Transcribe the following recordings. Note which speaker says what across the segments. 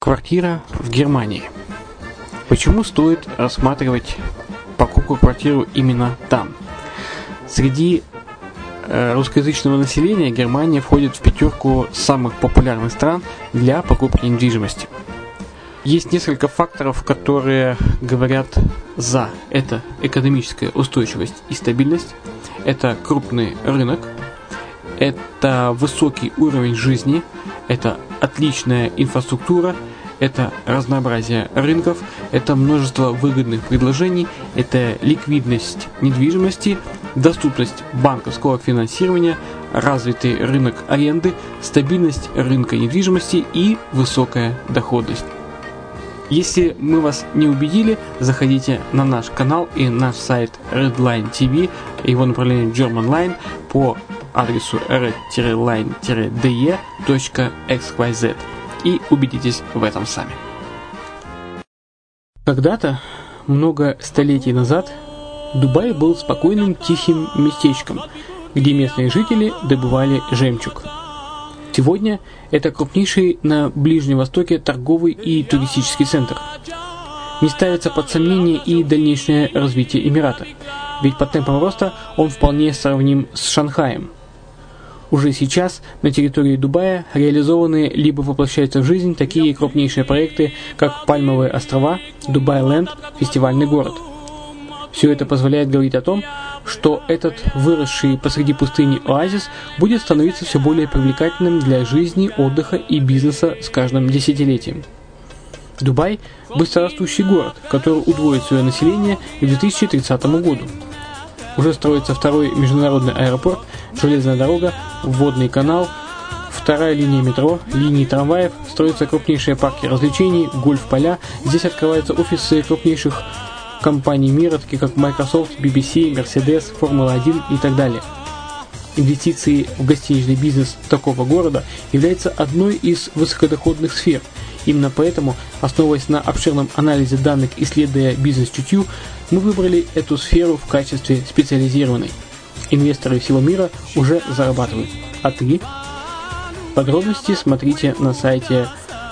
Speaker 1: Квартира в Германии. Почему стоит рассматривать покупку квартиры именно там? Среди русскоязычного населения Германия входит в пятерку самых популярных стран для покупки недвижимости. Есть несколько факторов, которые говорят за. Это экономическая устойчивость и стабильность, это крупный рынок, это высокий уровень жизни, это отличная инфраструктура, это разнообразие рынков, это множество выгодных предложений, это ликвидность недвижимости, доступность банковского финансирования, развитый рынок аренды, стабильность рынка недвижимости и высокая доходность. Если мы вас не убедили, заходите на наш канал и наш сайт Redline TV, его направление German Line по адресу red-line-de.xyz и убедитесь в этом сами. Когда-то, много столетий назад, Дубай был спокойным тихим местечком, где местные жители добывали жемчуг. Сегодня это крупнейший на Ближнем Востоке торговый и туристический центр. Не ставится под сомнение и дальнейшее развитие Эмирата, ведь по темпам роста он вполне сравним с Шанхаем. Уже сейчас на территории Дубая реализованы либо воплощаются в жизнь такие крупнейшие проекты, как Пальмовые острова, Дубай-Ленд, фестивальный город. Все это позволяет говорить о том, что этот выросший посреди пустыни оазис будет становиться все более привлекательным для жизни, отдыха и бизнеса с каждым десятилетием. Дубай – быстрорастущий город, который удвоит свое население к 2030 году. Уже строится второй международный аэропорт, железная дорога, водный канал, вторая линия метро, линии трамваев, строятся крупнейшие парки развлечений, гольф-поля. Здесь открываются офисы крупнейших компаний мира, таких как Microsoft, BBC, Mercedes, Формула-1 и так далее. Инвестиции в гостиничный бизнес такого города являются одной из высокодоходных сфер. Именно поэтому, основываясь на обширном анализе данных, исследуя бизнес-чутью, мы выбрали эту сферу в качестве специализированной. Инвесторы всего мира уже зарабатывают. А ты? Подробности смотрите на сайте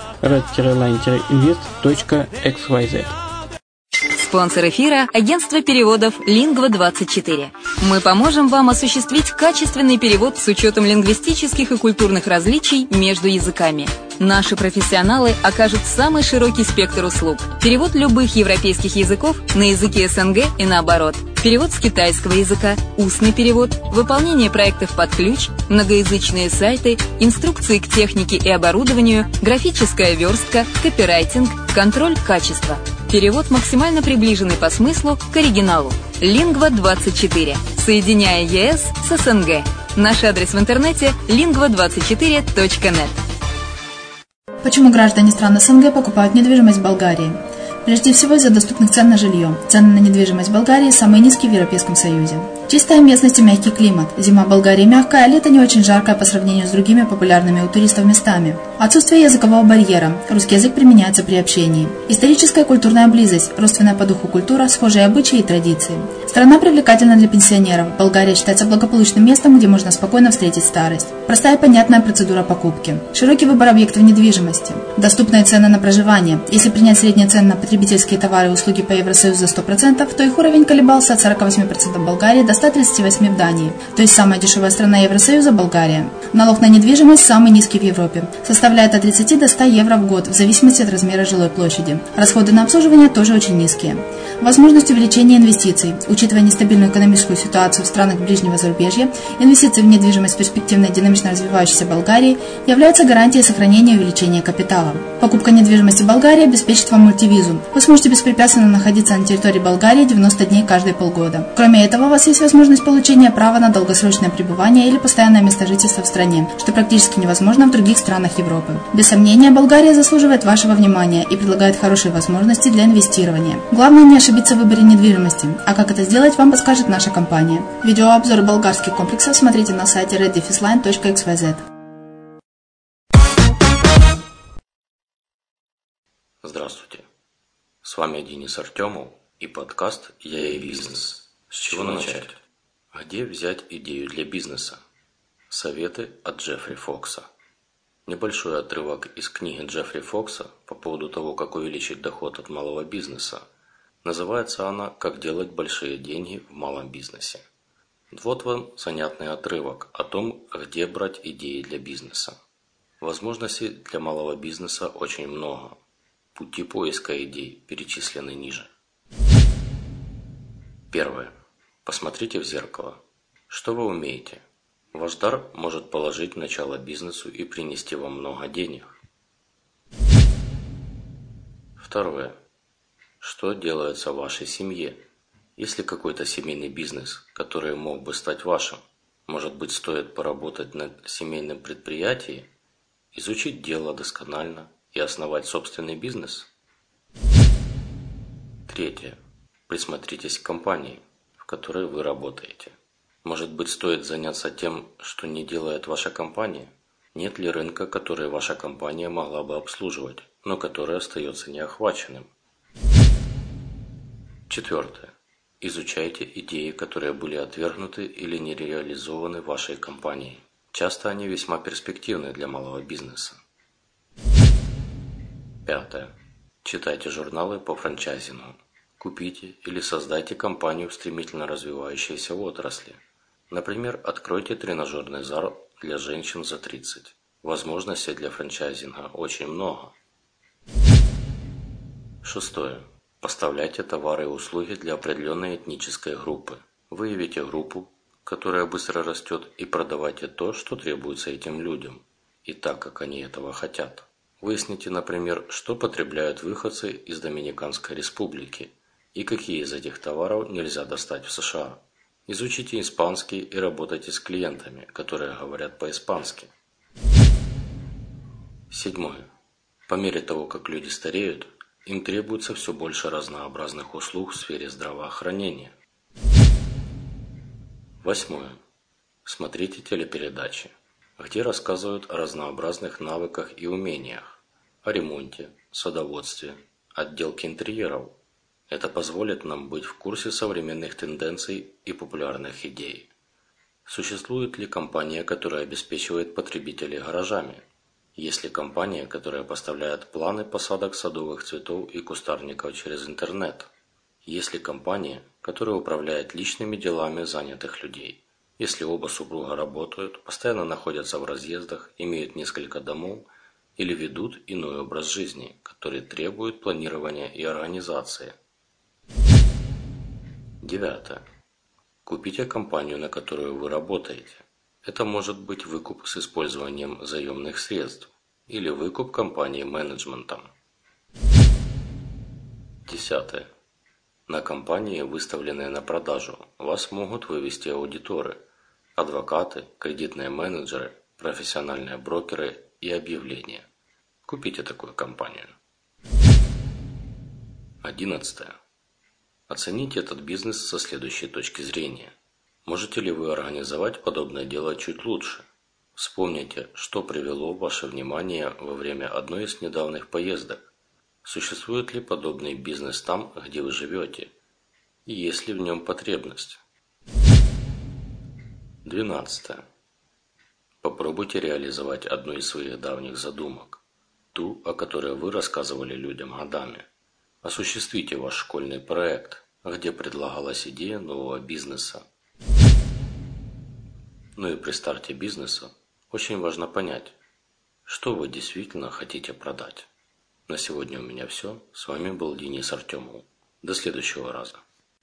Speaker 1: red-line-invest.xyz.
Speaker 2: Спонсор эфира – агентство переводов Lingva24. Мы поможем вам осуществить качественный перевод с учетом лингвистических и культурных различий между языками. Наши профессионалы окажут самый широкий спектр услуг. Перевод любых европейских языков на языки СНГ и наоборот. Перевод с китайского языка, устный перевод, выполнение проектов под ключ, многоязычные сайты, инструкции к технике и оборудованию, графическая верстка, копирайтинг, контроль качества. Перевод максимально приближенный по смыслу к оригиналу. Lingva24. Соединяя ЕС с СНГ. Наш адрес в интернете lingva24.net.
Speaker 3: Почему граждане стран СНГ покупают недвижимость в Болгарии? Прежде всего из-за доступных цен на жилье. Цены на недвижимость в Болгарии самые низкие в Европейском Союзе. Чистая местность и мягкий климат. Зима в Болгарии мягкая, а лето не очень жаркое по сравнению с другими популярными у туристов местами. Отсутствие языкового барьера. Русский язык применяется при общении. Историческая и культурная близость. Родственная по духу культура, схожие обычаи и традиции. Страна привлекательна для пенсионеров. Болгария считается благополучным местом, где можно спокойно встретить старость. Простая и понятная процедура покупки. Широкий выбор объектов недвижимости. Доступные цены на проживание. Если принять средние цены на потребительские товары и услуги по Евросоюзу за 100%, то их уровень колебался от 48% в Болгарии до 138% в Дании. То есть самая дешевая страна Евросоюза – Болгария. Налог на недвижимость самый низкий в Европе. Составляет от 30 до 100 евро в год, в зависимости от размера жилой площади. Расходы на обслуживание тоже очень низкие. Возможность увеличения инвестиций. Учитывая нестабильную экономическую ситуацию в странах ближнего зарубежья, инвестиции в недвижимость в перспективной динамично развивающейся Болгарии являются гарантией сохранения и увеличения капитала. Покупка недвижимости в Болгарии обеспечит вам мультивизу. Вы сможете беспрепятственно находиться на территории Болгарии 90 дней каждые полгода. Кроме этого, у вас есть возможность получения права на долгосрочное пребывание или постоянное место жительства в стране, что практически невозможно в других странах Европы. Без сомнения, Болгария заслуживает вашего внимания и предлагает хорошие возможности для инвестирования. Главное не ошибиться в выборе недвижимости, а как это сделать, вам подскажет наша компания. Видеообзор болгарских комплексов смотрите на сайте red-line.xyz.
Speaker 4: Здравствуйте, с вами Денис Артемов и подкаст «Я и бизнес». С чего начать? Где взять идею для бизнеса? Советы от Джеффри Фокса. Небольшой отрывок из книги Джеффри Фокса по поводу того, как увеличить доход от малого бизнеса. Называется она «Как делать большие деньги в малом бизнесе». Вот вам занятный отрывок о том, где брать идеи для бизнеса. Возможностей для малого бизнеса очень много. Пути поиска идей перечислены ниже. Первое. Посмотрите в зеркало. Что вы умеете? Ваш дар может положить в начало бизнесу и принести вам много денег. Второе. Что делается в вашей семье? Есть ли какой-то семейный бизнес, который мог бы стать вашим? Может быть, стоит поработать над семейным предприятием, изучить дело досконально и основать собственный бизнес? Третье. Присмотритесь к компании, в которой вы работаете. Может быть, стоит заняться тем, что не делает ваша компания? Нет ли рынка, который ваша компания могла бы обслуживать, но который остается неохваченным? Четвертое. Изучайте идеи, которые были отвергнуты или не реализованы вашей компанией. Часто они весьма перспективны для малого бизнеса. Пятое. Читайте журналы по франчайзингу. Купите или создайте компанию в стремительно развивающейся отрасли. Например, откройте тренажерный зал для женщин за 30. Возможностей для франчайзинга очень много. Шестое. Поставляйте товары и услуги для определенной этнической группы. Выявите группу, которая быстро растет, и продавайте то, что требуется этим людям, и так, как они этого хотят. Выясните, например, что потребляют выходцы из Доминиканской республики и какие из этих товаров нельзя достать в США. Изучите испанский и работайте с клиентами, которые говорят по-испански. Седьмое. По мере того, как люди стареют, им требуется все больше разнообразных услуг в сфере здравоохранения. Восьмое. Смотрите телепередачи, где рассказывают о разнообразных навыках и умениях, о ремонте, садоводстве, отделке интерьеров. Это позволит нам быть в курсе современных тенденций и популярных идей. Существует ли компания, которая обеспечивает потребителей гаражами? Есть ли компания, которая поставляет планы посадок садовых цветов и кустарников через интернет? Есть ли компания, которая управляет личными делами занятых людей? Если оба супруга работают, постоянно находятся в разъездах, имеют несколько домов или ведут иной образ жизни, который требует планирования и организации. Девятое. Купите компанию, на которую вы работаете. Это может быть выкуп с использованием заемных средств или выкуп компании менеджментом. Десятое. На компании, выставленные на продажу, вас могут вывести аудиторы, адвокаты, кредитные менеджеры, профессиональные брокеры и объявления. Купите такую компанию. 11. Оцените этот бизнес со следующей точки зрения. Можете ли вы организовать подобное дело чуть лучше? Вспомните, что привело ваше внимание во время одной из недавних поездок. Существует ли подобный бизнес там, где вы живете? И есть ли в нем потребность? 12. Попробуйте реализовать одну из своих давних задумок. Ту, о которой вы рассказывали людям годами. Осуществите ваш школьный проект, где предлагалась идея нового бизнеса. Ну и при старте бизнеса очень важно понять, что вы действительно хотите продать. На сегодня у меня все. С вами был Денис Артемов. До следующего раза.